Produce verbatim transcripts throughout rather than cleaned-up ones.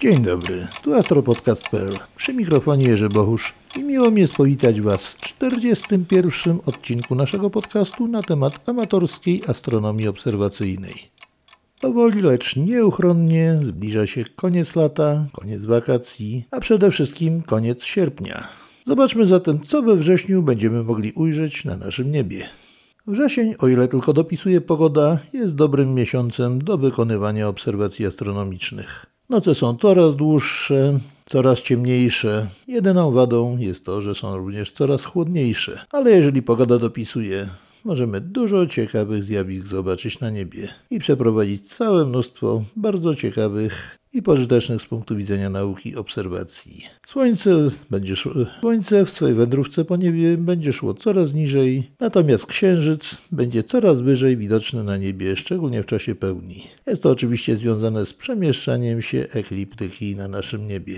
Dzień dobry, tu astropodcast kropka p l. Przy mikrofonie Jerzy Bohusz i miło mi jest powitać Was w czterdziestym pierwszym odcinku naszego podcastu na temat amatorskiej astronomii obserwacyjnej. Powoli, lecz nieuchronnie zbliża się koniec lata, koniec wakacji, a przede wszystkim koniec sierpnia. Zobaczmy zatem, co we wrześniu będziemy mogli ujrzeć na naszym niebie. Wrzesień, o ile tylko dopisuje pogoda, jest dobrym miesiącem do wykonywania obserwacji astronomicznych. Noce są coraz dłuższe, coraz ciemniejsze. Jedyną wadą jest to, że są również coraz chłodniejsze. Ale jeżeli pogoda dopisuje, możemy dużo ciekawych zjawisk zobaczyć na niebie i przeprowadzić całe mnóstwo bardzo ciekawych i pożytecznych z punktu widzenia nauki obserwacji. Słońce, będzie szło, słońce w swojej wędrówce po niebie będzie szło coraz niżej, natomiast księżyc będzie coraz wyżej widoczny na niebie, szczególnie w czasie pełni. Jest to oczywiście związane z przemieszczaniem się ekliptyki na naszym niebie.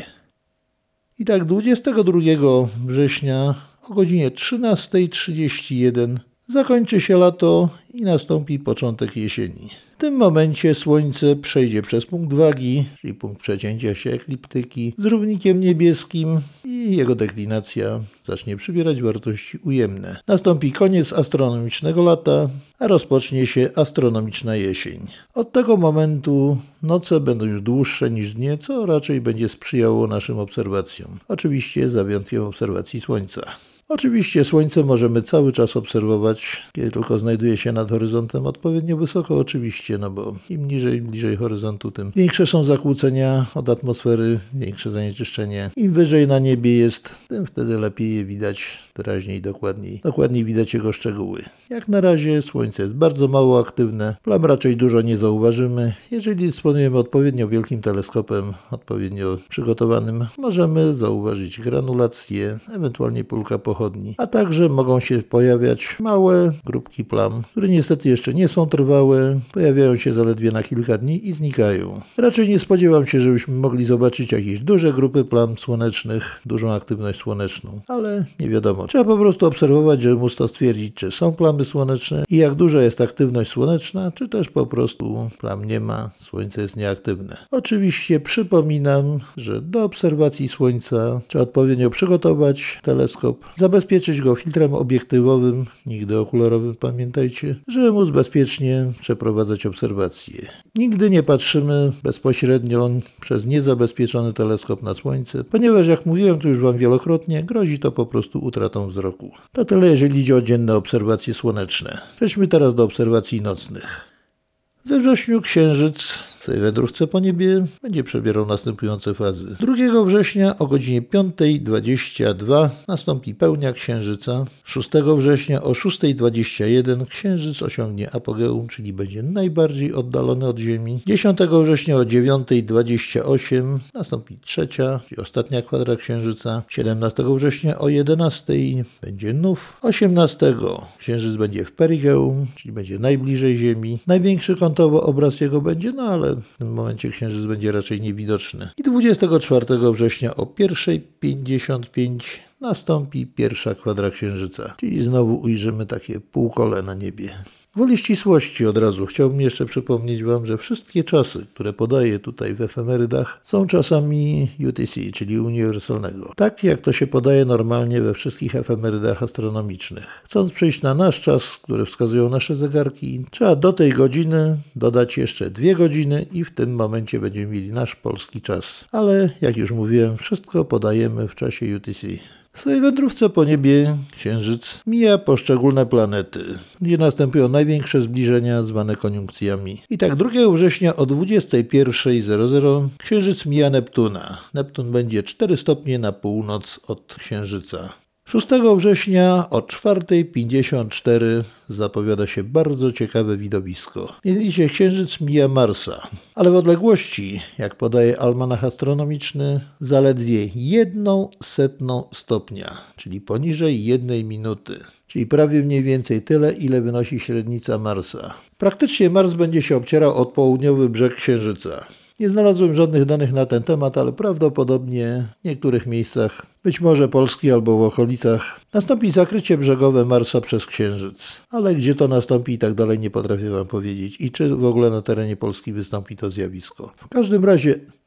I tak dwudziestego drugiego września o godzinie trzynasta trzydzieści jeden zakończy się lato i nastąpi początek jesieni. W tym momencie Słońce przejdzie przez punkt wagi, czyli punkt przecięcia się ekliptyki, z równikiem niebieskim i jego deklinacja zacznie przybierać wartości ujemne. Nastąpi koniec astronomicznego lata, a rozpocznie się astronomiczna jesień. Od tego momentu noce będą już dłuższe niż dnie, co raczej będzie sprzyjało naszym obserwacjom. Oczywiście za wyjątkiem obserwacji Słońca. Oczywiście Słońce możemy cały czas obserwować, kiedy tylko znajduje się nad horyzontem odpowiednio wysoko, oczywiście, no bo im niżej, bliżej horyzontu, tym większe są zakłócenia od atmosfery, większe zanieczyszczenie. Im wyżej na niebie jest, tym wtedy lepiej je widać wyraźniej, dokładniej. Dokładniej widać jego szczegóły. Jak na razie Słońce jest bardzo mało aktywne, plam raczej dużo nie zauważymy. Jeżeli dysponujemy odpowiednio wielkim teleskopem, odpowiednio przygotowanym, możemy zauważyć granulacje, ewentualnie pulka pochodni, a także mogą się pojawiać małe grupki plam, które niestety jeszcze nie są trwałe, pojawiają się zaledwie na kilka dni i znikają. Raczej nie spodziewam się, żebyśmy mogli zobaczyć jakieś duże grupy plam słonecznych, dużą aktywność słoneczną, ale nie wiadomo. Trzeba po prostu obserwować, żeby móc to stwierdzić, czy są plamy słoneczne i jak duża jest aktywność słoneczna, czy też po prostu plam nie ma, Słońce jest nieaktywne. Oczywiście przypominam, że do obserwacji Słońca trzeba odpowiednio przygotować teleskop, zabezpieczyć go filtrem obiektywowym, nigdy okularowym, pamiętajcie, żeby móc bezpiecznie przeprowadzać obserwacje. Nigdy nie patrzymy bezpośrednio przez niezabezpieczony teleskop na Słońce, ponieważ jak mówiłem tu już Wam wielokrotnie, grozi to po prostu utratą wzroku. To tyle, jeżeli idzie o dzienne obserwacje słoneczne. Przejdźmy teraz do obserwacji nocnych. We wrześniu Księżyc w tej wędrówce po niebie będzie przebierał następujące fazy. drugiego września o godzinie piąta dwadzieścia dwa nastąpi pełnia Księżyca. szóstego września o szósta dwadzieścia jeden Księżyc osiągnie apogeum, czyli będzie najbardziej oddalony od Ziemi. dziesiątego września o dziewiąta dwadzieścia osiem nastąpi trzecia, czyli ostatnia kwadra Księżyca. siedemnastego września o jedenasta będzie nów. osiemnastego Księżyc będzie w perigeum, czyli będzie najbliżej Ziemi. Największy kątowo obraz jego będzie, no ale w tym momencie Księżyc będzie raczej niewidoczny. I dwudziestego czwartego września o pierwsza pięćdziesiąt pięć nastąpi pierwsza kwadra Księżyca, czyli znowu ujrzymy takie półkole na niebie. Woli ścisłości od razu chciałbym jeszcze przypomnieć Wam, że wszystkie czasy, które podaję tutaj w efemerydach, są czasami U T C, czyli uniwersalnego. Tak jak to się podaje normalnie we wszystkich efemerydach astronomicznych. Chcąc przejść na nasz czas, który wskazują nasze zegarki, trzeba do tej godziny dodać jeszcze dwie godziny i w tym momencie będziemy mieli nasz polski czas. Ale jak już mówiłem, wszystko podajemy w czasie U T C. W swojej wędrówce po niebie Księżyc mija poszczególne planety, gdzie następują największe zbliżenia zwane koniunkcjami. I tak drugiego września o dwudziesta pierwsza zero zero Księżyc mija Neptuna. Neptun będzie cztery stopnie na północ od Księżyca. szóstego września o czwarta pięćdziesiąt cztery zapowiada się bardzo ciekawe widowisko. Mianowicie Księżyc mija Marsa, ale w odległości, jak podaje almanach astronomiczny, zaledwie jedną setną stopnia, czyli poniżej jednej minuty. Czyli prawie mniej więcej tyle, ile wynosi średnica Marsa. Praktycznie Mars będzie się obcierał od południowy brzeg Księżyca. Nie znalazłem żadnych danych na ten temat, ale prawdopodobnie w niektórych miejscach, być może Polski albo w okolicach, nastąpi zakrycie brzegowe Marsa przez Księżyc. Ale gdzie to nastąpi i tak dalej nie potrafię Wam powiedzieć. I czy w ogóle na terenie Polski wystąpi to zjawisko. W każdym razie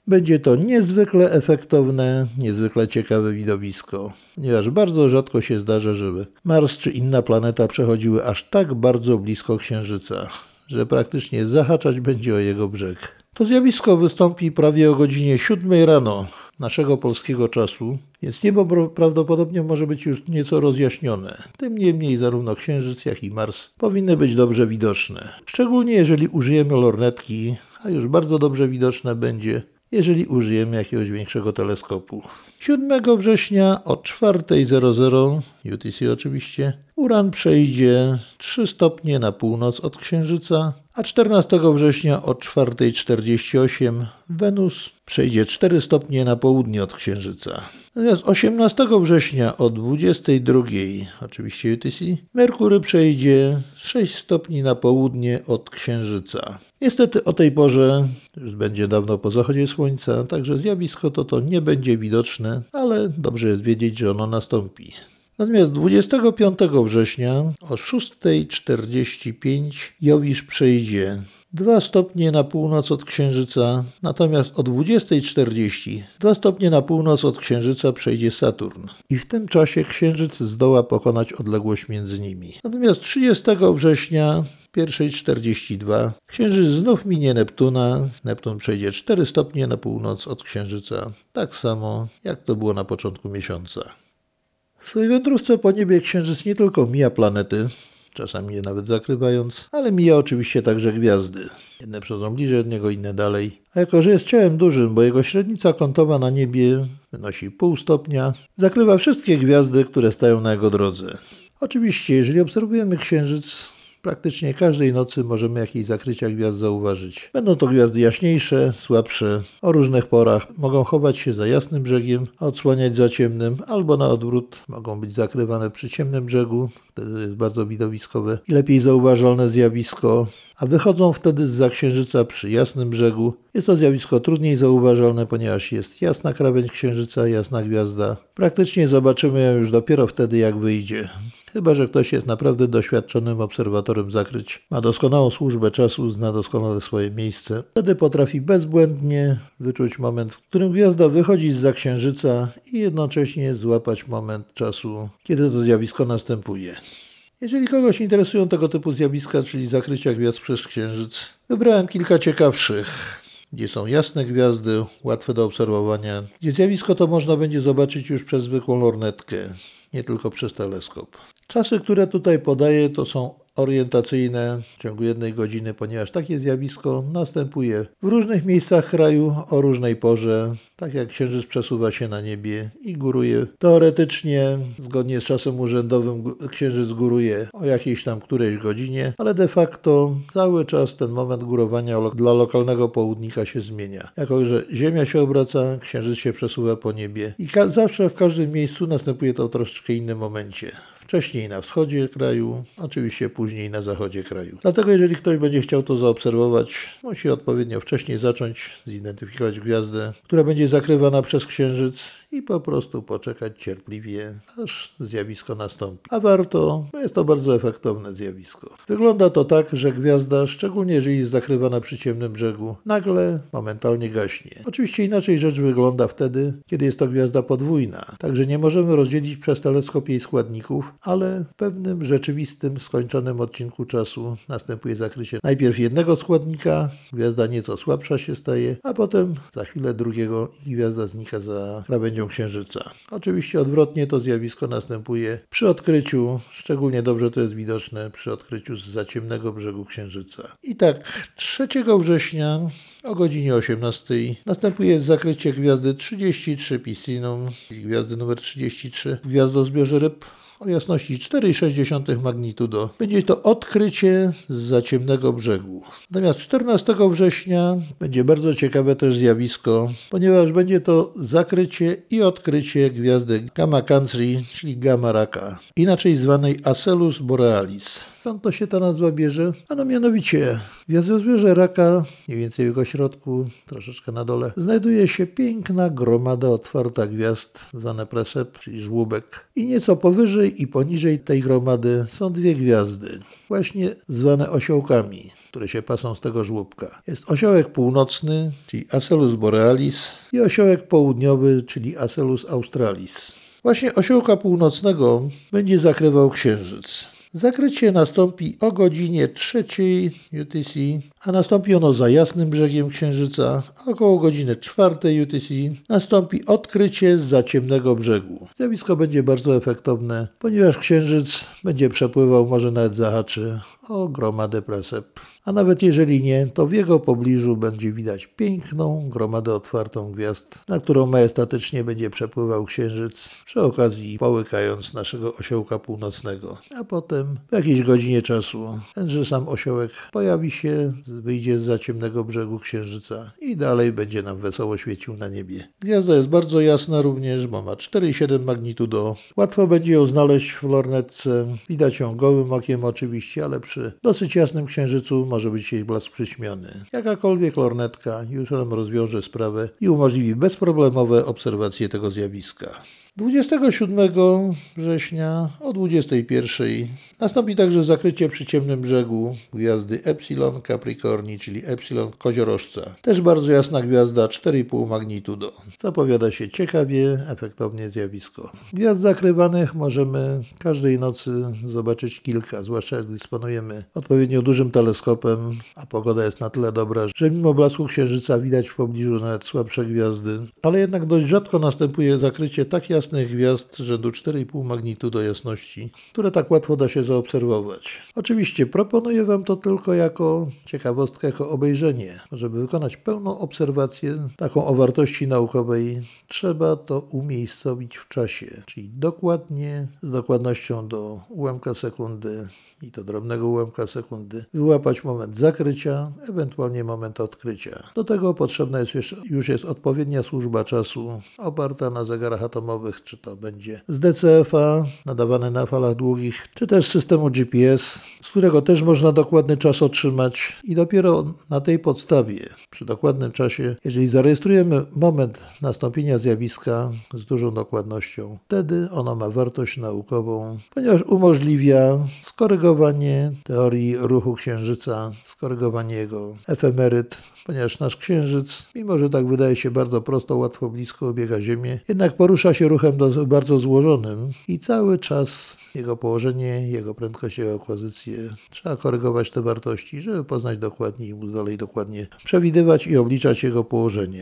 Będzie to niezwykle efektowne, niezwykle ciekawe widowisko, ponieważ bardzo rzadko się zdarza, żeby Mars czy inna planeta przechodziły aż tak bardzo blisko Księżyca, że praktycznie zahaczać będzie o jego brzeg. To zjawisko wystąpi prawie o godzinie siódmej rano naszego polskiego czasu, więc niebo prawdopodobnie może być już nieco rozjaśnione. Tym niemniej zarówno Księżyc, jak i Mars powinny być dobrze widoczne. Szczególnie jeżeli użyjemy lornetki, a już bardzo dobrze widoczne będzie, jeżeli użyjemy jakiegoś większego teleskopu. siódmego września o czwarta zero zero, U T C oczywiście, Uran przejdzie trzy stopnie na północ od Księżyca, a czternastego września o czwarta czterdzieści osiem Wenus przejdzie cztery stopnie na południe od Księżyca. Natomiast osiemnastego września o dwudziestej drugiej, oczywiście U T C, Merkury przejdzie sześć stopni na południe od Księżyca. Niestety o tej porze już będzie dawno po zachodzie Słońca, także zjawisko to to nie będzie widoczne, ale dobrze jest wiedzieć, że ono nastąpi. Natomiast dwudziestego piątego września o szósta czterdzieści pięć Jowisz przejdzie dwa stopnie na północ od Księżyca, natomiast o dwudziesta czterdzieści dwa stopnie na północ od Księżyca przejdzie Saturn i w tym czasie Księżyc zdoła pokonać odległość między nimi. Natomiast trzydziestego września pierwsza czterdzieści dwa Księżyc znów minie Neptuna, Neptun przejdzie cztery stopnie na północ od Księżyca, tak samo jak to było na początku miesiąca. W swojej wędrówce po niebie Księżyc nie tylko mija planety, czasami je nawet zakrywając, ale mija oczywiście także gwiazdy. Jedne przechodzą bliżej od niego, inne dalej. A jako że jest ciałem dużym, bo jego średnica kątowa na niebie wynosi pół stopnia, zakrywa wszystkie gwiazdy, które stają na jego drodze. Oczywiście, jeżeli obserwujemy Księżyc, praktycznie każdej nocy możemy jakieś zakrycia gwiazd zauważyć. Będą to gwiazdy jaśniejsze, słabsze, o różnych porach. Mogą chować się za jasnym brzegiem, a odsłaniać za ciemnym, albo na odwrót. Mogą być zakrywane przy ciemnym brzegu, wtedy jest bardzo widowiskowe i lepiej zauważalne zjawisko, a wychodzą wtedy zza Księżyca przy jasnym brzegu. Jest to zjawisko trudniej zauważalne, ponieważ jest jasna krawędź Księżyca, jasna gwiazda. Praktycznie zobaczymy ją już dopiero wtedy, jak wyjdzie. Chyba że ktoś jest naprawdę doświadczonym obserwatorem zakryć, ma doskonałą służbę czasu, zna doskonale swoje miejsce. Wtedy potrafi bezbłędnie wyczuć moment, w którym gwiazda wychodzi zza Księżyca i jednocześnie złapać moment czasu, kiedy to zjawisko następuje. Jeżeli kogoś interesują tego typu zjawiska, czyli zakrycia gwiazd przez Księżyc, wybrałem kilka ciekawszych, gdzie są jasne gwiazdy, łatwe do obserwowania, gdzie zjawisko to można będzie zobaczyć już przez zwykłą lornetkę, nie tylko przez teleskop. Czasy, które tutaj podaję, to są orientacyjne w ciągu jednej godziny, ponieważ takie zjawisko następuje w różnych miejscach kraju o różnej porze, tak jak Księżyc przesuwa się na niebie i góruje. Teoretycznie, zgodnie z czasem urzędowym, Księżyc góruje o jakiejś tam którejś godzinie, ale de facto cały czas ten moment górowania dla lokalnego południka się zmienia. Jako że Ziemia się obraca, Księżyc się przesuwa po niebie i ka- zawsze w każdym miejscu następuje to w troszeczkę innym momencie. Wcześniej na wschodzie kraju, oczywiście później na zachodzie kraju. Dlatego jeżeli ktoś będzie chciał to zaobserwować, musi odpowiednio wcześniej zacząć zidentyfikować gwiazdę, która będzie zakrywana przez Księżyc i po prostu poczekać cierpliwie, aż zjawisko nastąpi. A warto, bo jest to bardzo efektowne zjawisko. Wygląda to tak, że gwiazda, szczególnie jeżeli jest zakrywana przy ciemnym brzegu, nagle, momentalnie gaśnie. Oczywiście inaczej rzecz wygląda wtedy, kiedy jest to gwiazda podwójna. Także nie możemy rozdzielić przez teleskop jej składników, ale w pewnym rzeczywistym, skończonym odcinku czasu następuje zakrycie najpierw jednego składnika, gwiazda nieco słabsza się staje, a potem za chwilę drugiego i gwiazda znika za krawędzią Księżyca. Oczywiście odwrotnie to zjawisko następuje przy odkryciu, szczególnie dobrze to jest widoczne przy odkryciu zza ciemnego brzegu Księżyca. I tak trzeciego września o godzinie osiemnastej następuje zakrycie gwiazdy trzydzieści trzy Piscinum, czyli gwiazdy numer trzydzieści trzy w gwiazdozbiorze ryb o jasności cztery przecinek sześć magnitudo. Będzie to odkrycie zza ciemnego brzegu. Natomiast czternastego września będzie bardzo ciekawe też zjawisko, ponieważ będzie to zakrycie i odkrycie gwiazdy Gamma Cancri, czyli Gamma Raka, inaczej zwanej Asellus Borealis. Skąd to się ta nazwa bierze? Ano mianowicie w jadwozbierze Raka, mniej więcej w jego środku, troszeczkę na dole, znajduje się piękna gromada otwarta gwiazd, zwane Precep, czyli żłóbek. I nieco powyżej i poniżej tej gromady są dwie gwiazdy, właśnie zwane osiołkami, które się pasą z tego żłóbka. Jest osiołek północny, czyli Asellus borealis, i osiołek południowy, czyli Asellus australis. Właśnie osiołka północnego będzie zakrywał księżyc. Zakrycie nastąpi o godzinie trzeciej U T C, a nastąpi ono za jasnym brzegiem księżyca. Około godziny czwartej U T C nastąpi odkrycie zza ciemnego brzegu. Zjawisko będzie bardzo efektowne, ponieważ księżyc będzie przepływał, może nawet zahaczy o gromadę Precep. A nawet jeżeli nie, to w jego pobliżu będzie widać piękną gromadę otwartą gwiazd, na którą majestatycznie będzie przepływał księżyc, przy okazji połykając naszego osiołka północnego. A potem w jakiejś godzinie czasu tenże sam osiołek pojawi się, wyjdzie zza ciemnego brzegu księżyca i dalej będzie nam wesoło świecił na niebie. Gwiazda jest bardzo jasna również, bo ma cztery i siedem magnitudo. Łatwo będzie ją znaleźć w lornetce. Widać ją gołym okiem oczywiście, ale przy dosyć jasnym księżycu może być jej blask przyćmiony. Jakakolwiek lornetka już nam rozwiąże sprawę i umożliwi bezproblemowe obserwacje tego zjawiska. dwudziestego siódmego września o dwudziestej pierwszej nastąpi także zakrycie przy ciemnym brzegu gwiazdy Epsilon Capricorni, czyli Epsilon koziorożca. Też bardzo jasna gwiazda, cztery i pół magnitudo. Zapowiada się ciekawie, efektownie zjawisko. Gwiazd zakrywanych możemy każdej nocy zobaczyć kilka, zwłaszcza jak dysponujemy odpowiednio dużym teleskopem, a pogoda jest na tyle dobra, że mimo blasku księżyca widać w pobliżu nawet słabsze gwiazdy, ale jednak dość rzadko następuje zakrycie tak jasne gwiazd rzędu cztery i pół magnitudo jasności, które tak łatwo da się zaobserwować. Oczywiście proponuję Wam to tylko jako ciekawostkę, jako obejrzenie. Żeby wykonać pełną obserwację, taką o wartości naukowej, trzeba to umiejscowić w czasie, czyli dokładnie, z dokładnością do ułamka sekundy i to drobnego ułamka sekundy, wyłapać moment zakrycia, ewentualnie moment odkrycia. Do tego potrzebna jest już, już jest odpowiednia służba czasu, oparta na zegarach atomowych, czy to będzie z D C F a nadawane na falach długich, czy też systemu G P S, z którego też można dokładny czas otrzymać i dopiero na tej podstawie, przy dokładnym czasie, jeżeli zarejestrujemy moment nastąpienia zjawiska z dużą dokładnością, wtedy ono ma wartość naukową, ponieważ umożliwia skorygowanie teorii ruchu księżyca, skorygowanie jego efemeryt, ponieważ nasz księżyc, mimo że tak wydaje się bardzo prosto, łatwo, blisko obiega Ziemię, jednak porusza się ruchem do, bardzo złożonym i cały czas jego położenie, jego prędkość, jego pozycję trzeba korygować te wartości, żeby poznać dokładnie i móc dalej dokładnie przewidywać i obliczać jego położenie.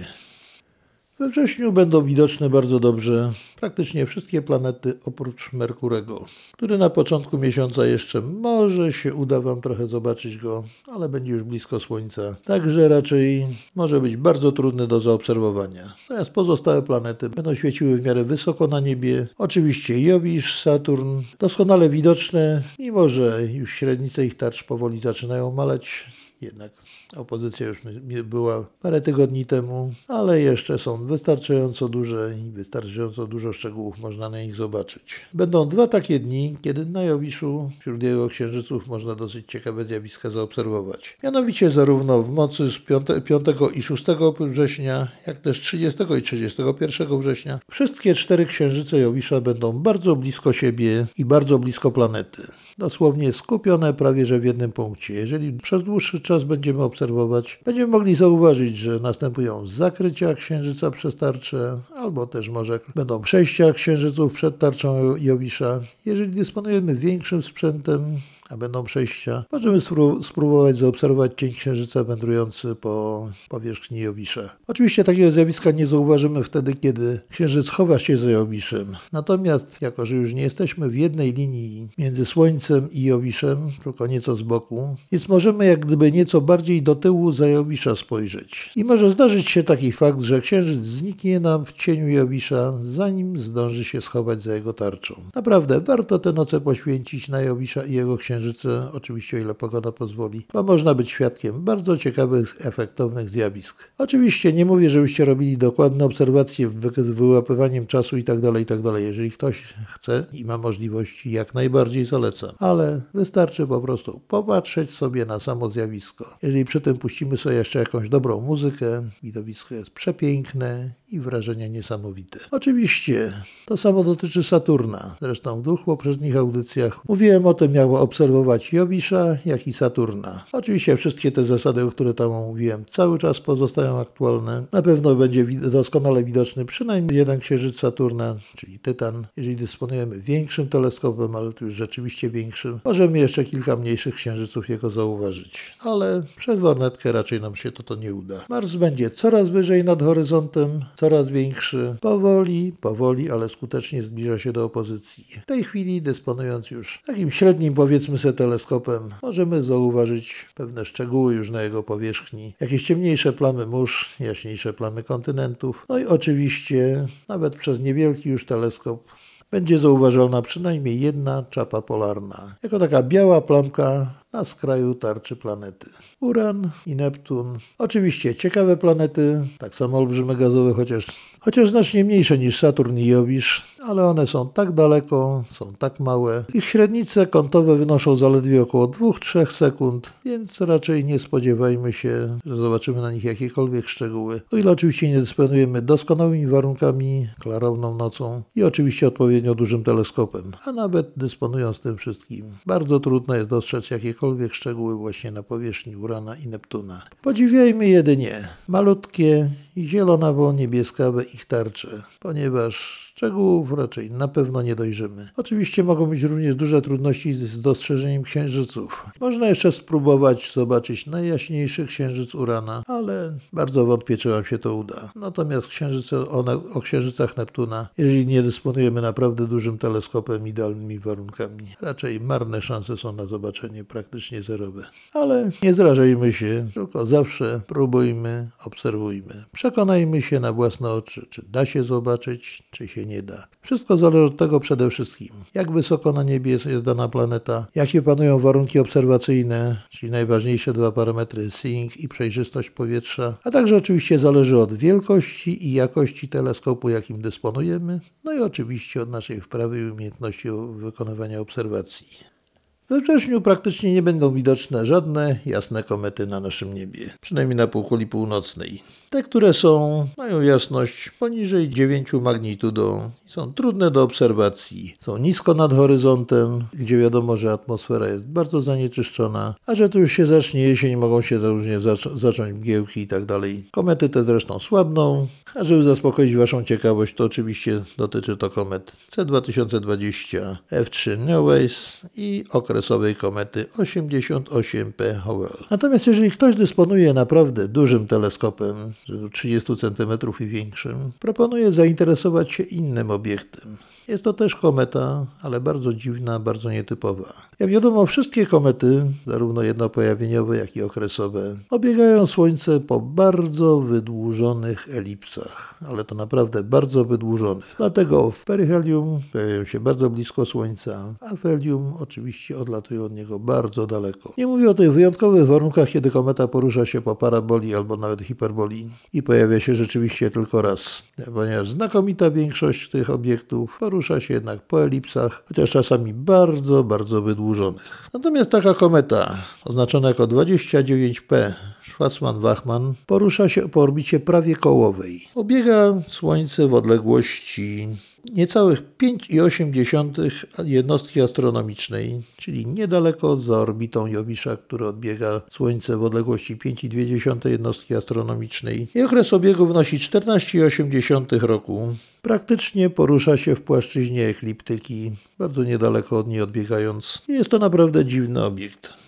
We wrześniu będą widoczne bardzo dobrze praktycznie wszystkie planety oprócz Merkurego, który na początku miesiąca jeszcze może się uda Wam trochę zobaczyć go, ale będzie już blisko Słońca, także raczej może być bardzo trudny do zaobserwowania. Natomiast pozostałe planety będą świeciły w miarę wysoko na niebie. Oczywiście Jowisz, Saturn doskonale widoczne, mimo że już średnice ich tarcz powoli zaczynają maleć. Jednak opozycja już była parę tygodni temu, ale jeszcze są wystarczająco duże i wystarczająco dużo szczegółów można na nich zobaczyć. Będą dwa takie dni, kiedy na Jowiszu wśród jego księżyców można dosyć ciekawe zjawiska zaobserwować. Mianowicie zarówno w nocy z piątego i szóstego września, jak też trzydziestego i trzydziestego pierwszego września wszystkie cztery księżyce Jowisza będą bardzo blisko siebie i bardzo blisko planety. Dosłownie skupione prawie że w jednym punkcie. Jeżeli przez dłuższy czas będziemy obserwować, będziemy mogli zauważyć, że następują zakrycia księżyca przez tarczę, albo też może będą przejścia księżyców przed tarczą Jowisza. Jeżeli dysponujemy większym sprzętem, a będą przejścia, możemy spró- spróbować zaobserwować cień księżyca wędrujący po powierzchni Jowisza. Oczywiście takiego zjawiska nie zauważymy wtedy, kiedy księżyc chowa się za Jowiszem. Natomiast, jako że już nie jesteśmy w jednej linii między Słońcem i Jowiszem, tylko nieco z boku, więc możemy jak gdyby nieco bardziej do tyłu za Jowisza spojrzeć. I może zdarzyć się taki fakt, że księżyc zniknie nam w cieniu Jowisza, zanim zdąży się schować za jego tarczą. Naprawdę, warto te noce poświęcić na Jowisza i jego księżyca. księżyce, oczywiście o ile pogoda pozwoli, bo można być świadkiem bardzo ciekawych, efektownych zjawisk. Oczywiście nie mówię, żebyście robili dokładne obserwacje z wyłapywaniem czasu i tak dalej, i tak dalej. Jeżeli ktoś chce i ma możliwości, jak najbardziej zalecam, ale wystarczy po prostu popatrzeć sobie na samo zjawisko. Jeżeli przy tym puścimy sobie jeszcze jakąś dobrą muzykę, widowisko jest przepiękne i wrażenia niesamowite. Oczywiście to samo dotyczy Saturna. Zresztą w dwóch poprzednich audycjach mówiłem o tym, jak obserwować Jowisza, jak i Saturna. Oczywiście wszystkie te zasady, o których tam mówiłem, cały czas pozostają aktualne. Na pewno będzie doskonale widoczny przynajmniej jeden księżyc Saturna, czyli Tytan. Jeżeli dysponujemy większym teleskopem, ale tu już rzeczywiście większym, możemy jeszcze kilka mniejszych księżyców jego zauważyć. Ale przez lornetkę raczej nam się to, to nie uda. Mars będzie coraz wyżej nad horyzontem, coraz większy. Powoli, powoli, ale skutecznie zbliża się do opozycji. W tej chwili, dysponując już takim średnim, powiedzmy sobie, teleskopem, możemy zauważyć pewne szczegóły już na jego powierzchni. Jakieś ciemniejsze plamy mórz, jaśniejsze plamy kontynentów. No i oczywiście, nawet przez niewielki już teleskop, będzie zauważalna przynajmniej jedna czapa polarna. Jako taka biała plamka na skraju tarczy planety. Uran i Neptun. Oczywiście ciekawe planety, tak samo olbrzyme gazowe, chociaż, chociaż znacznie mniejsze niż Saturn i Jowisz, ale one są tak daleko, są tak małe. Ich średnice kątowe wynoszą zaledwie około dwa do trzech sekund, więc raczej nie spodziewajmy się, że zobaczymy na nich jakiekolwiek szczegóły. O ile oczywiście nie dysponujemy doskonałymi warunkami, klarowną nocą i oczywiście odpowiednio dużym teleskopem, a nawet dysponując tym wszystkim, bardzo trudno jest dostrzec jakiekolwiek szczegóły właśnie na powierzchni Urana i Neptuna. Podziwiajmy jedynie malutkie i zielonawo-niebieskawe ich tarcze, ponieważ szczegółów raczej na pewno nie dojrzymy. Oczywiście mogą być również duże trudności z dostrzeżeniem księżyców. Można jeszcze spróbować zobaczyć najjaśniejszy księżyc Urana, ale bardzo wątpię, czy wam się to uda. Natomiast księżyce, o, o księżycach Neptuna, jeżeli nie dysponujemy naprawdę dużym teleskopem, idealnymi warunkami, raczej marne szanse są na zobaczenie, praktycznie zerowe. Ale nie zrażajmy się, tylko zawsze próbujmy, obserwujmy. Przekonajmy się na własne oczy, czy da się zobaczyć, czy się nie da. Wszystko zależy od tego przede wszystkim, jak wysoko na niebie jest, jest dana planeta, jakie panują warunki obserwacyjne, czyli najważniejsze dwa parametry seeing i przejrzystość powietrza, a także oczywiście zależy od wielkości i jakości teleskopu, jakim dysponujemy, no i oczywiście od naszej wprawy i umiejętności wykonywania obserwacji. We wrześniu praktycznie nie będą widoczne żadne jasne komety na naszym niebie, przynajmniej na półkuli północnej. Te, które są, mają jasność poniżej dziewięciu magnitudą i są trudne do obserwacji. Są nisko nad horyzontem, gdzie wiadomo, że atmosfera jest bardzo zanieczyszczona, a że tu już się zacznie jesień, mogą się różnie zac- zacząć mgiełki i tak dalej. Komety te zresztą słabną, a żeby zaspokoić waszą ciekawość, to oczywiście dotyczy to komet C dwa tysiące dwadzieścia, F trzy Neowise i okresowej komety osiemdziesiąt osiem P Howell. Natomiast jeżeli ktoś dysponuje naprawdę dużym teleskopem, trzydzieści centymetrów i większym, proponuję zainteresować się innym obiektem. Jest to też kometa, ale bardzo dziwna, bardzo nietypowa. Jak wiadomo, wszystkie komety, zarówno jednopojawieniowe, jak i okresowe, obiegają Słońce po bardzo wydłużonych elipsach, ale to naprawdę bardzo wydłużonych. Dlatego w peryhelium pojawiają się bardzo blisko Słońca, a w helium oczywiście odlatują od niego bardzo daleko. Nie mówię o tych wyjątkowych warunkach, kiedy kometa porusza się po parabolii albo nawet hiperbolii i pojawia się rzeczywiście tylko raz, ponieważ znakomita większość tych obiektów porusza się jednak po elipsach, chociaż czasami bardzo, bardzo wydłużonych. Natomiast taka kometa, oznaczona jako dwadzieścia dziewięć P Schwarzmann-Wachmann, porusza się po orbicie prawie kołowej. Obiega Słońce w odległości niecałych pięć przecinek osiem jednostki astronomicznej, czyli niedaleko za orbitą Jowisza, który odbiega Słońce w odległości pięć przecinek dwa jednostki astronomicznej. I okres obiegu wynosi czternaście przecinek osiem roku. Praktycznie porusza się w płaszczyźnie ekliptyki, bardzo niedaleko od niej odbiegając. Jest to naprawdę dziwny obiekt.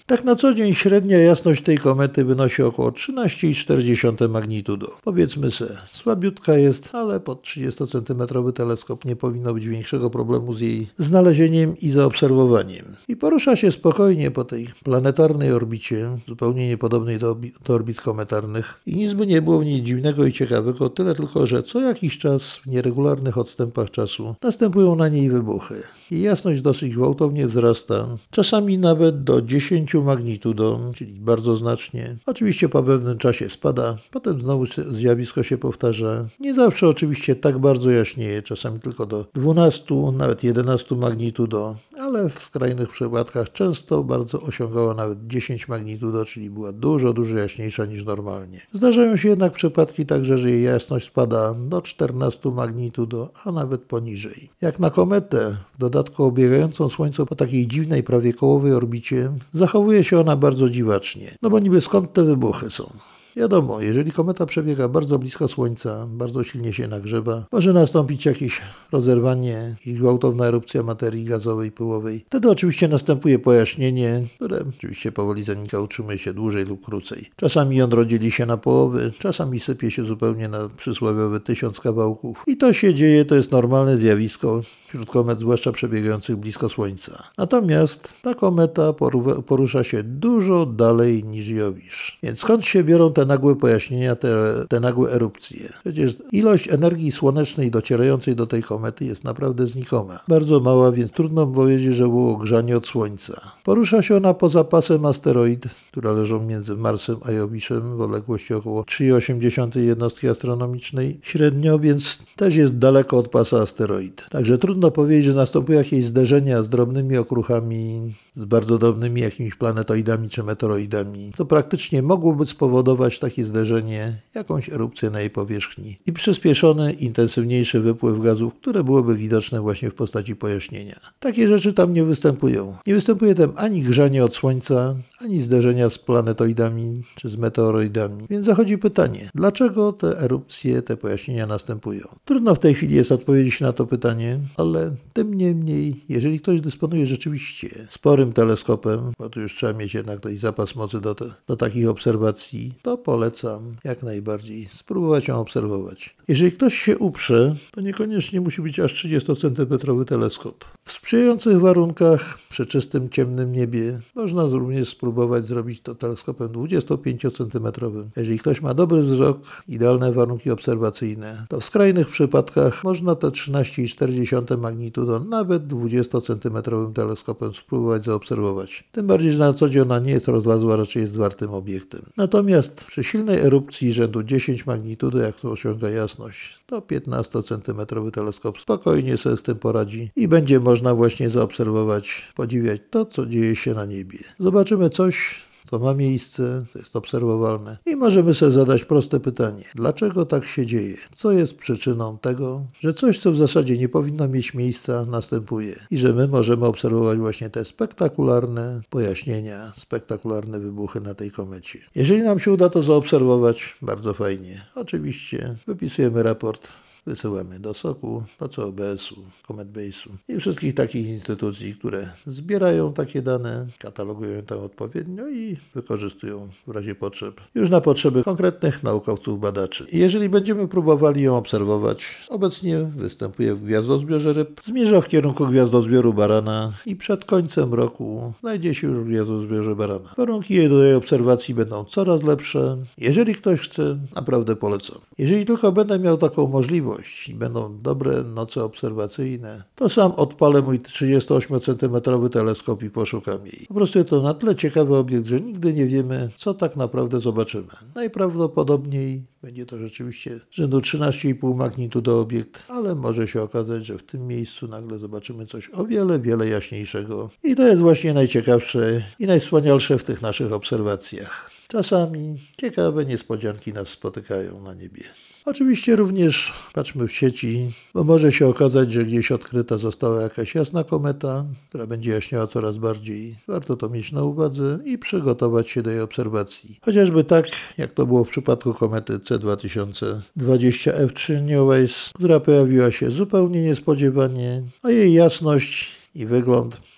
Tak na co dzień średnia jasność tej komety wynosi około trzynaście przecinek cztery magnitudo. Powiedzmy se, słabiutka jest, ale pod trzydziestocentymetrowy teleskop nie powinno być większego problemu z jej znalezieniem i zaobserwowaniem. I porusza się spokojnie po tej planetarnej orbicie, zupełnie niepodobnej do, do orbit kometarnych i nic by nie było w niej dziwnego i ciekawego, tyle tylko, że co jakiś czas w nieregularnych odstępach czasu następują na niej wybuchy. Jej jasność dosyć gwałtownie wzrasta, czasami nawet do dziesięć magnitudo, czyli bardzo znacznie. Oczywiście po pewnym czasie spada, potem znowu zjawisko się powtarza. Nie zawsze oczywiście tak bardzo jaśnieje, czasami tylko do dwunastu, nawet jedenastu magnitudo, ale w skrajnych przypadkach często bardzo osiągała nawet dziesięć magnitudo, czyli była dużo, dużo jaśniejsza niż normalnie. Zdarzają się jednak przypadki także, że jej jasność spada do czternastu magnitudo, a nawet poniżej. Jak na kometę, w dodatku obiegającą Słońce po takiej dziwnej, prawie kołowej orbicie, zachowuje się ona bardzo dziwacznie. No bo niby skąd te wybuchy są? Wiadomo, jeżeli kometa przebiega bardzo blisko Słońca, bardzo silnie się nagrzewa, może nastąpić jakieś rozerwanie i gwałtowna erupcja materii gazowej, pyłowej. Wtedy oczywiście następuje pojaśnienie, które oczywiście powoli zanika, utrzymuje się dłużej lub krócej. Czasami jądro dzieli się na połowy, czasami sypie się zupełnie na przysłowiowy tysiąc kawałków. I to się dzieje, to jest normalne zjawisko wśród komet, zwłaszcza przebiegających blisko Słońca. Natomiast ta kometa porusza się dużo dalej niż Jowisz. Więc skąd się biorą te nagłe pojaśnienia, te, te nagłe erupcje? Przecież ilość energii słonecznej docierającej do tej komety jest naprawdę znikoma. Bardzo mała, więc trudno powiedzieć, że było grzanie od Słońca. Porusza się ona poza pasem asteroid, które leżą między Marsem a Jowiszem w odległości około trzy przecinek osiem jednostki astronomicznej średnio, więc też jest daleko od pasa asteroid. Także trudno powiedzieć, że następuje jakieś zderzenia z drobnymi okruchami, z bardzo drobnymi jakimiś planetoidami czy meteoroidami, co praktycznie mogłoby spowodować takie zderzenie, jakąś erupcję na jej powierzchni i przyspieszony, intensywniejszy wypływ gazów, które byłyby widoczne właśnie w postaci pojaśnienia. Takie rzeczy tam nie występują. Nie występuje tam ani grzanie od Słońca, ani zderzenia z planetoidami czy z meteoroidami. Więc zachodzi pytanie, dlaczego te erupcje, te pojaśnienia następują? Trudno w tej chwili jest odpowiedzieć na to pytanie, ale tym niemniej, jeżeli ktoś dysponuje rzeczywiście sporym teleskopem, bo tu już trzeba mieć jednak taki zapas mocy do, te, do takich obserwacji, to polecam jak najbardziej spróbować ją obserwować. Jeżeli ktoś się uprze, to niekoniecznie musi być aż trzydziestocentymetrowy teleskop. W sprzyjających warunkach, przy czystym, ciemnym niebie, można również spróbować zrobić to teleskopem dwudziestopięciocentymetrowym. Jeżeli ktoś ma dobry wzrok, idealne warunki obserwacyjne, to w skrajnych przypadkach można te trzynaście przecinek cztery magnitudo nawet dwudziestocentymetrowym teleskopem spróbować zaobserwować. Tym bardziej, że na co dzień ona nie jest rozlazła, raczej jest zwartym obiektem. Natomiast przy silnej erupcji rzędu dziesięć magnitudo, jak to osiąga jasność, to piętnastocentymetrowy teleskop spokojnie sobie z tym poradzi i będzie można właśnie zaobserwować, podziwiać to, co dzieje się na niebie. Zobaczymy coś, co ma miejsce, to jest obserwowalne i możemy sobie zadać proste pytanie. Dlaczego tak się dzieje? Co jest przyczyną tego, że coś, co w zasadzie nie powinno mieć miejsca, następuje i że my możemy obserwować właśnie te spektakularne pojaśnienia, spektakularne wybuchy na tej komecie. Jeżeli nam się uda to zaobserwować, bardzo fajnie. Oczywiście wypisujemy raport, wysyłamy do soku, do C O B S-u, CometBase'u i wszystkich takich instytucji, które zbierają takie dane, katalogują je tam odpowiednio i wykorzystują w razie potrzeb już na potrzeby konkretnych naukowców, badaczy. I jeżeli będziemy próbowali ją obserwować, obecnie występuje w gwiazdozbiorze ryb, zmierza w kierunku gwiazdozbioru Barana i przed końcem roku znajdzie się już w gwiazdozbiorze Barana. Warunki jej do jej obserwacji będą coraz lepsze. Jeżeli ktoś chce, naprawdę polecam. Jeżeli tylko będę miał taką możliwość, i będą dobre noce obserwacyjne, to sam odpalę mój trzydziestoośmiocentymetrowy teleskop i poszukam jej. Po prostu jest to na tyle ciekawy obiekt, że nigdy nie wiemy, co tak naprawdę zobaczymy. Najprawdopodobniej będzie to rzeczywiście rzędu trzynaście i pół magnitudo obiekt, ale może się okazać, że w tym miejscu nagle zobaczymy coś o wiele, wiele jaśniejszego. I to jest właśnie najciekawsze i najwspanialsze w tych naszych obserwacjach. Czasami ciekawe niespodzianki nas spotykają na niebie. Oczywiście również patrzmy w sieci, bo może się okazać, że gdzieś odkryta została jakaś jasna kometa, która będzie jaśniała coraz bardziej. Warto to mieć na uwadze i przygotować się do jej obserwacji. Chociażby tak, jak to było w przypadku komety C dwa tysiące dwadzieścia F trzy Neowise, która pojawiła się zupełnie niespodziewanie, a jej jasność i wygląd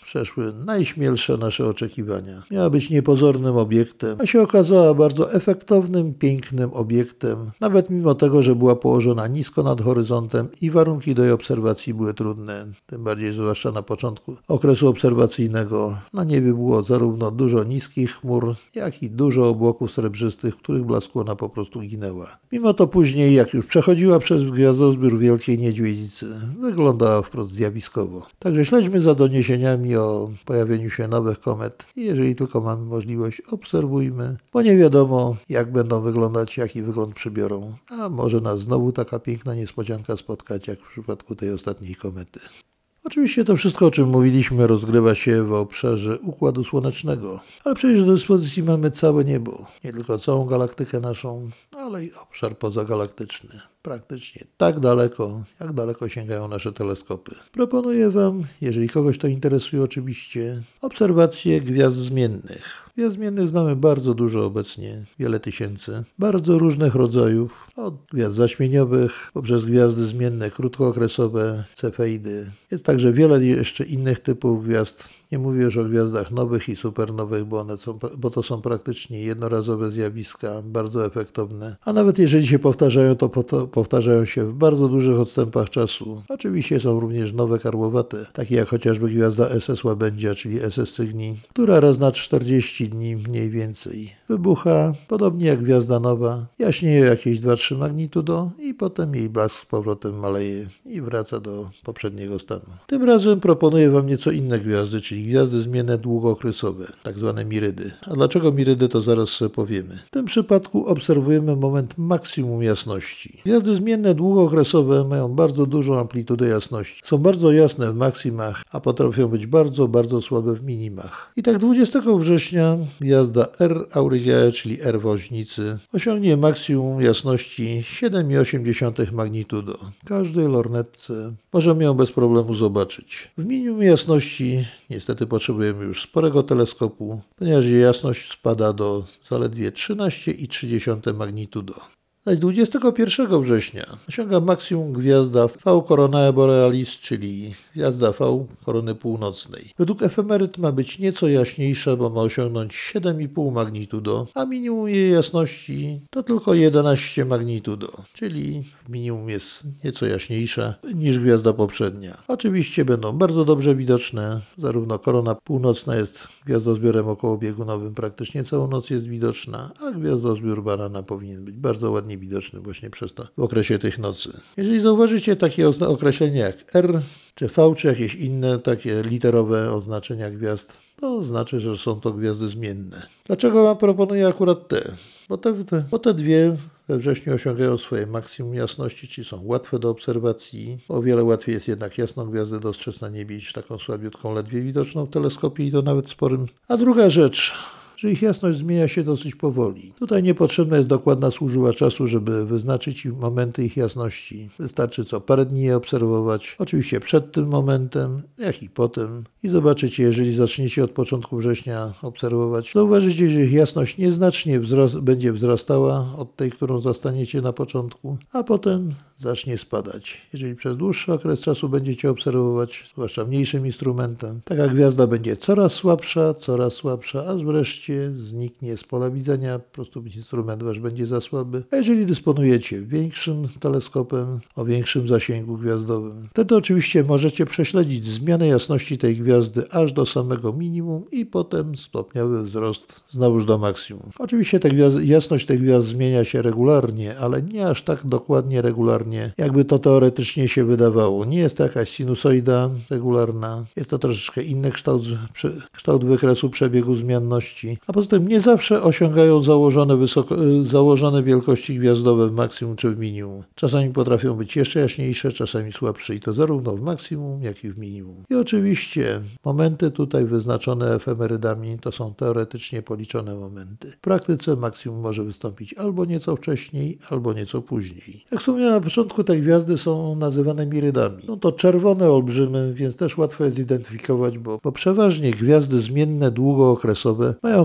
przeszły najśmielsze nasze oczekiwania. Miała być niepozornym obiektem, a się okazała bardzo efektownym, pięknym obiektem, nawet mimo tego, że była położona nisko nad horyzontem i warunki do jej obserwacji były trudne, tym bardziej zwłaszcza na początku okresu obserwacyjnego. Na niebie było zarówno dużo niskich chmur, jak i dużo obłoków srebrzystych, w których blasku ona po prostu ginęła. Mimo to później, jak już przechodziła przez gwiazdozbiór Wielkiej Niedźwiedzicy, wyglądała wprost zjawiskowo. Także śledźmy za doniesieniami o pojawieniu się nowych komet i jeżeli tylko mamy możliwość, obserwujmy, bo nie wiadomo, jak będą wyglądać, jaki wygląd przybiorą, a może nas znowu taka piękna niespodzianka spotkać, jak w przypadku tej ostatniej komety. Oczywiście to wszystko, o czym mówiliśmy, rozgrywa się w obszarze Układu Słonecznego, ale przecież do dyspozycji mamy całe niebo, nie tylko całą galaktykę naszą, ale i obszar pozagalaktyczny. Praktycznie tak daleko, jak daleko sięgają nasze teleskopy. Proponuję Wam, jeżeli kogoś to interesuje oczywiście, obserwacje gwiazd zmiennych. Gwiazd zmiennych znamy bardzo dużo obecnie, wiele tysięcy, bardzo różnych rodzajów, od gwiazd zaćmieniowych, poprzez gwiazdy zmienne krótkookresowe, cefeidy. Jest także wiele jeszcze innych typów gwiazd. Nie mówię już o gwiazdach nowych i supernowych, bo, one są, bo to są praktycznie jednorazowe zjawiska, bardzo efektowne. A nawet jeżeli się powtarzają, to powtarzają się w bardzo dużych odstępach czasu. Oczywiście są również nowe karłowate, takie jak chociażby gwiazda S S Łabędzia, czyli S S Cygni, która raz na czterdzieści dni mniej więcej wybucha, podobnie jak gwiazda nowa, jaśnieje jakieś dwa trzy magnitudo i potem jej blask z powrotem maleje i wraca do poprzedniego stanu. Tym razem proponuję Wam nieco inne gwiazdy, czyli gwiazdy zmienne długookresowe, tak zwane mirydy. A dlaczego mirydy, to zaraz sobie powiemy. W tym przypadku obserwujemy moment maksimum jasności. Gwiazdy zmienne długookresowe mają bardzo dużą amplitudę jasności. Są bardzo jasne w maksimach, a potrafią być bardzo, bardzo słabe w minimach. I tak dwudziestego września gwiazda R Aurigae, czyli R Woźnicy, osiągnie maksimum jasności siedem przecinek osiem magnitudo. Każdej lornetce możemy ją bez problemu zobaczyć. W minimum jasności niestety potrzebujemy już sporego teleskopu, ponieważ jej jasność spada do zaledwie trzynaście przecinek trzy magnitudo. Zaś dwudziestego pierwszego września osiąga maksimum gwiazda V Coronae Borealis, czyli gwiazda V korony północnej. Według efemeryt ma być nieco jaśniejsza, bo ma osiągnąć siedem przecinek pięć magnitudo, a minimum jej jasności to tylko jedenaście magnitudo, czyli minimum jest nieco jaśniejsza niż gwiazda poprzednia. Oczywiście będą bardzo dobrze widoczne, zarówno korona północna jest gwiazdozbiorem okołobiegunowym, praktycznie całą noc jest widoczna, a gwiazdozbiór Barana powinien być bardzo ładnie widoczny właśnie przez to w okresie tych nocy. Jeżeli zauważycie takie określenia jak R, czy V, czy jakieś inne takie literowe oznaczenia gwiazd, to znaczy, że są to gwiazdy zmienne. Dlaczego Wam proponuję akurat te? Bo te, te, bo te dwie we wrześniu osiągają swoje maksimum jasności, czyli są łatwe do obserwacji. O wiele łatwiej jest jednak jasną gwiazdę dostrzec na niebie niż taką słabiutką, ledwie widoczną w teleskopie i to nawet sporym. A druga rzecz, że ich jasność zmienia się dosyć powoli. Tutaj niepotrzebna jest dokładna służba czasu, żeby wyznaczyć momenty ich jasności. Wystarczy co parę dni je obserwować, oczywiście przed tym momentem, jak i potem. I zobaczycie, jeżeli zaczniecie od początku września obserwować, zauważycie, że ich jasność nieznacznie wzrost, będzie wzrastała od tej, którą zastaniecie na początku, a potem zacznie spadać. Jeżeli przez dłuższy okres czasu będziecie obserwować, zwłaszcza mniejszym instrumentem, taka gwiazda będzie coraz słabsza, coraz słabsza, aż wreszcie zniknie z pola widzenia, po prostu instrument wasz będzie za słaby. A jeżeli dysponujecie większym teleskopem o większym zasięgu gwiazdowym, wtedy oczywiście możecie prześledzić zmianę jasności tej gwiazdy aż do samego minimum i potem stopniowy wzrost znowuż do maksimum. Oczywiście ta gwiazd, jasność tych gwiazd zmienia się regularnie, ale nie aż tak dokładnie regularnie, jakby to teoretycznie się wydawało. Nie jest to jakaś sinusoida regularna, jest to troszeczkę inny kształt, kształt wykresu przebiegu zmienności. A poza tym nie zawsze osiągają założone, wysoko, założone wielkości gwiazdowe w maksimum czy w minimum. Czasami potrafią być jeszcze jaśniejsze, czasami słabsze i to zarówno w maksimum, jak i w minimum. I oczywiście momenty tutaj wyznaczone efemerydami to są teoretycznie policzone momenty. W praktyce maksimum może wystąpić albo nieco wcześniej, albo nieco później. Jak wspomniałem na początku, te gwiazdy są nazywane mirydami. Są to czerwone olbrzymy, więc też łatwo je zidentyfikować, bo, bo przeważnie gwiazdy zmienne długookresowe mają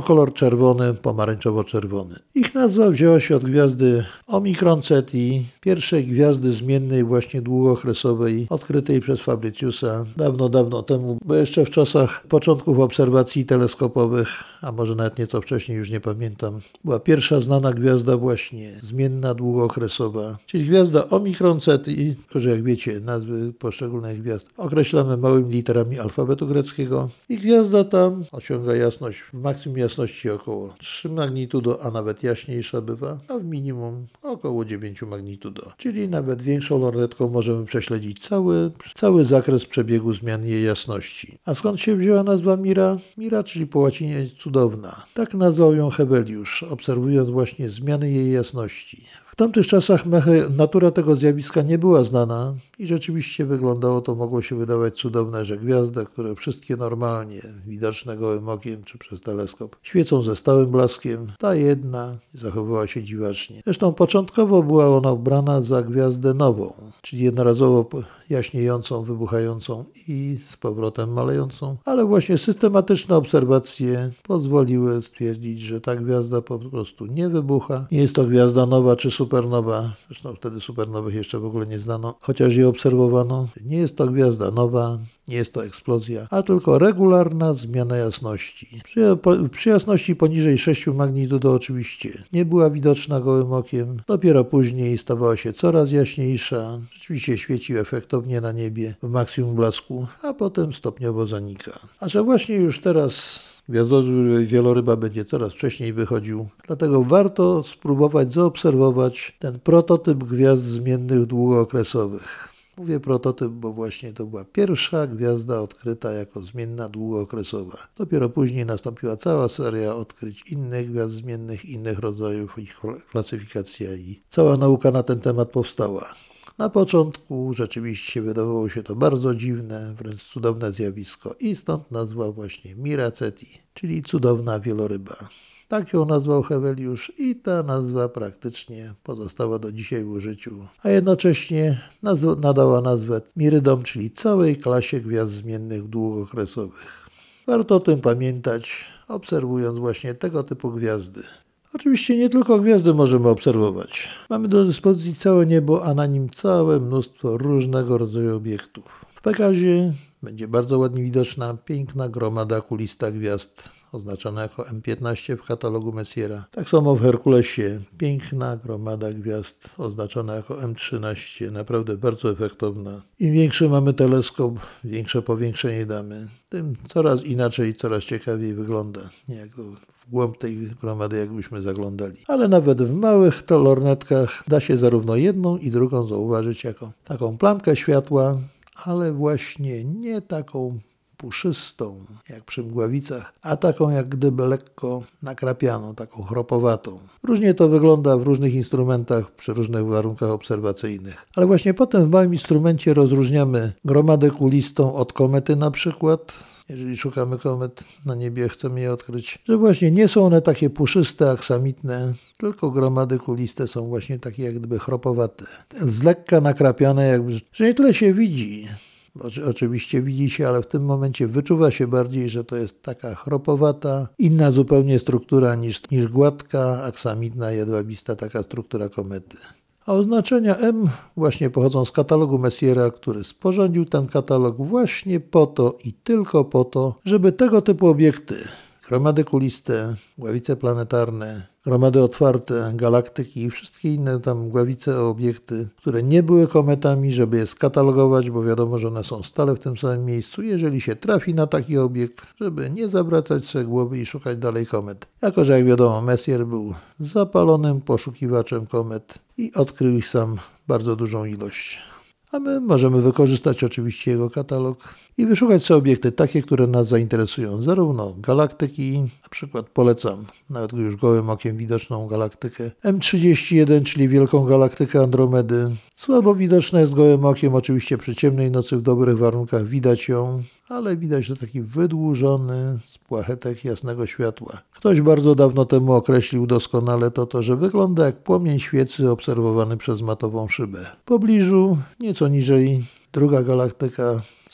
kolor czerwony, pomarańczowo-czerwony. Ich nazwa wzięła się od gwiazdy Omicron Ceti, pierwszej gwiazdy zmiennej właśnie długookresowej, odkrytej przez Fabriciusa dawno, dawno temu, bo jeszcze w czasach początków obserwacji teleskopowych, a może nawet nieco wcześniej, już nie pamiętam, była pierwsza znana gwiazda właśnie zmienna długookresowa, czyli gwiazda Omicron Ceti, tylko że jak wiecie, nazwy poszczególnych gwiazd określamy małymi literami alfabetu greckiego i gwiazda ta osiąga jasność, w maksimum jasności około trzy magnitudo, a nawet jaśniejsza bywa, a w minimum około dziewięć magnitudo, czyli nawet większą lornetką możemy prześledzić cały, cały zakres przebiegu zmian jej jasności. A skąd się wzięła nazwa Mira? Mira, czyli po łacinie cudowna. Tak nazwał ją Heveliusz, obserwując właśnie zmiany jej jasności. W tamtych czasach natura tego zjawiska nie była znana i rzeczywiście wyglądało to, mogło się wydawać cudowne, że gwiazda, które wszystkie normalnie, widoczne gołym okiem czy przez teleskop, świecą ze stałym blaskiem, ta jedna zachowywała się dziwacznie. Zresztą początkowo była ona ubrana za gwiazdę nową, czyli jednorazowo jaśniejącą, wybuchającą i z powrotem malejącą, ale właśnie systematyczne obserwacje pozwoliły stwierdzić, że ta gwiazda po prostu nie wybucha. Nie jest to gwiazda nowa czy supernowa, zresztą wtedy supernowych jeszcze w ogóle nie znano, chociaż je obserwowano. Nie jest to gwiazda nowa, nie jest to eksplozja, a tylko regularna zmiana jasności. Przy, po, przy jasności poniżej sześć magnitudo oczywiście nie była widoczna gołym okiem, dopiero później stawała się coraz jaśniejsza, rzeczywiście świeci efektownie na niebie w maksimum blasku, a potem stopniowo zanika. A że właśnie już teraz gwiazdozór wieloryba będzie coraz wcześniej wychodził, dlatego warto spróbować zaobserwować ten prototyp gwiazd zmiennych długookresowych. Mówię prototyp, bo właśnie to była pierwsza gwiazda odkryta jako zmienna długookresowa. Dopiero później nastąpiła cała seria odkryć innych gwiazd zmiennych, innych rodzajów, ich klasyfikacja i cała nauka na ten temat powstała. Na początku rzeczywiście wydawało się to bardzo dziwne, wręcz cudowne zjawisko i stąd nazwa właśnie Mira Ceti, czyli cudowna wieloryba. Tak ją nazwał Heveliusz i ta nazwa praktycznie pozostała do dzisiaj w użyciu, a jednocześnie nazw- nadała nazwę Mirydom, czyli całej klasie gwiazd zmiennych długookresowych. Warto o tym pamiętać, obserwując właśnie tego typu gwiazdy. Oczywiście nie tylko gwiazdy możemy obserwować. Mamy do dyspozycji całe niebo, a na nim całe mnóstwo różnego rodzaju obiektów. W Pegazie będzie bardzo ładnie widoczna piękna gromada kulista gwiazd, oznaczona jako M piętnaście w katalogu Messiera. Tak samo w Herkulesie piękna gromada gwiazd, oznaczona jako M trzynaście, naprawdę bardzo efektowna. Im większy mamy teleskop, większe powiększenie damy, tym coraz inaczej, coraz ciekawiej wygląda. Nie w głąb tej gromady jakbyśmy zaglądali. Ale nawet w małych lornetkach da się zarówno jedną i drugą zauważyć jako taką plamkę światła, ale właśnie nie taką puszystą, jak przy mgławicach, a taką jak gdyby lekko nakrapianą, taką chropowatą. Różnie to wygląda w różnych instrumentach, przy różnych warunkach obserwacyjnych. Ale właśnie potem w małym instrumencie rozróżniamy gromadę kulistą od komety na przykład. Jeżeli szukamy komet na niebie, chcemy je odkryć, że właśnie nie są one takie puszyste, aksamitne, tylko gromady kuliste są właśnie takie jak gdyby chropowate. Z lekka nakrapiane, jakby, że nie tyle się widzi. Oczywiście widzi się, ale w tym momencie wyczuwa się bardziej, że to jest taka chropowata, inna zupełnie struktura niż, niż gładka, aksamitna, jedwabista taka struktura komety. A oznaczenia M właśnie pochodzą z katalogu Messiera, który sporządził ten katalog właśnie po to i tylko po to, żeby tego typu obiekty, gromady kuliste, mgławice planetarne, gromady otwarte, galaktyki i wszystkie inne tam mgławice, obiekty, które nie były kometami, żeby je skatalogować, bo wiadomo, że one są stale w tym samym miejscu. Jeżeli się trafi na taki obiekt, żeby nie zawracać sobie głowy i szukać dalej komet. Jako że jak wiadomo, Messier był zapalonym poszukiwaczem komet i odkrył ich sam bardzo dużą ilość. A my możemy wykorzystać oczywiście jego katalog i wyszukać sobie obiekty takie, które nas zainteresują. Zarówno galaktyki, na przykład polecam nawet już gołym okiem widoczną galaktykę M trzydzieści jeden, czyli wielką galaktykę Andromedy. Słabo widoczna jest gołym okiem, oczywiście przy ciemnej nocy w dobrych warunkach widać ją, ale widać to taki wydłużony spłachetek jasnego światła. Ktoś bardzo dawno temu określił doskonale to, to, że wygląda jak płomień świecy obserwowany przez matową szybę. W pobliżu, nieco niżej, druga galaktyka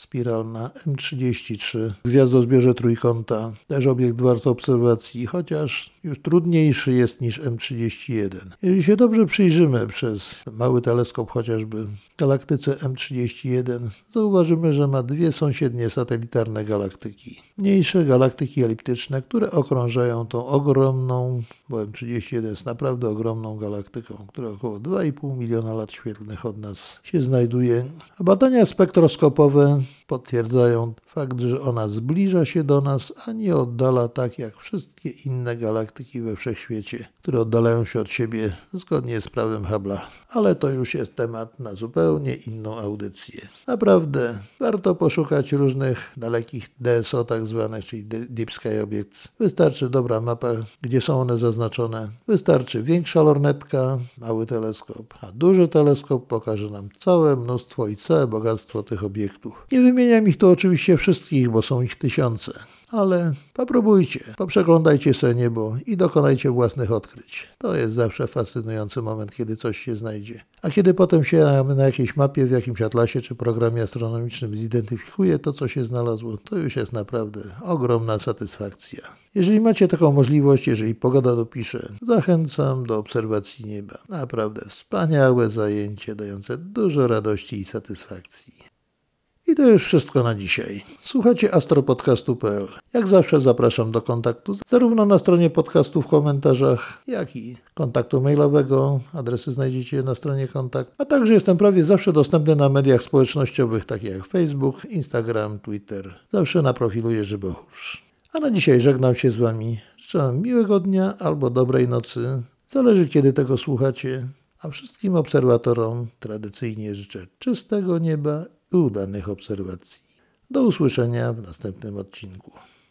spiralna M trzydzieści trzy w gwiazdozbiorze trójkąta. Też obiekt wart obserwacji, chociaż już trudniejszy jest niż M trzydzieści jeden. Jeżeli się dobrze przyjrzymy przez mały teleskop chociażby galaktyce M trzydzieści jeden, zauważymy, że ma dwie sąsiednie satelitarne galaktyki. Mniejsze galaktyki eliptyczne, które okrążają tą ogromną, bo M trzydzieści jeden jest naprawdę ogromną galaktyką, która około dwa i pół miliona lat świetlnych od nas się znajduje. A badania spektroskopowe potwierdzają fakt, że ona zbliża się do nas, a nie oddala tak jak wszystkie inne galaktyki we wszechświecie, które oddalają się od siebie zgodnie z prawem Hubble'a. Ale to już jest temat na zupełnie inną audycję. Naprawdę warto poszukać różnych dalekich D S O tak zwanych, czyli Deep Sky Objects. Wystarczy dobra mapa, gdzie są one zaznaczone. Wystarczy większa lornetka, mały teleskop, a duży teleskop pokaże nam całe mnóstwo i całe bogactwo tych obiektów. Nie wymieniam ich tu oczywiście wszystkich, bo są ich tysiące. Ale popróbujcie, poprzeglądajcie sobie niebo i dokonajcie własnych odkryć. To jest zawsze fascynujący moment, kiedy coś się znajdzie. A kiedy potem się na, na jakiejś mapie, w jakimś atlasie czy programie astronomicznym zidentyfikuje to, co się znalazło, to już jest naprawdę ogromna satysfakcja. Jeżeli macie taką możliwość, jeżeli pogoda dopisze, zachęcam do obserwacji nieba. Naprawdę wspaniałe zajęcie, dające dużo radości i satysfakcji. I to już wszystko na dzisiaj. Słuchacie astropodcastu kropka p l. Jak zawsze zapraszam do kontaktu zarówno na stronie podcastu w komentarzach, jak i kontaktu mailowego. Adresy znajdziecie na stronie kontakt. A także jestem prawie zawsze dostępny na mediach społecznościowych takich jak Facebook, Instagram, Twitter. Zawsze na profilu Jerzy Bohusz. A na dzisiaj żegnam się z Wami. Życzę Wam miłego dnia albo dobrej nocy. Zależy kiedy tego słuchacie. A wszystkim obserwatorom tradycyjnie życzę czystego nieba i udanych obserwacji. Do usłyszenia w następnym odcinku.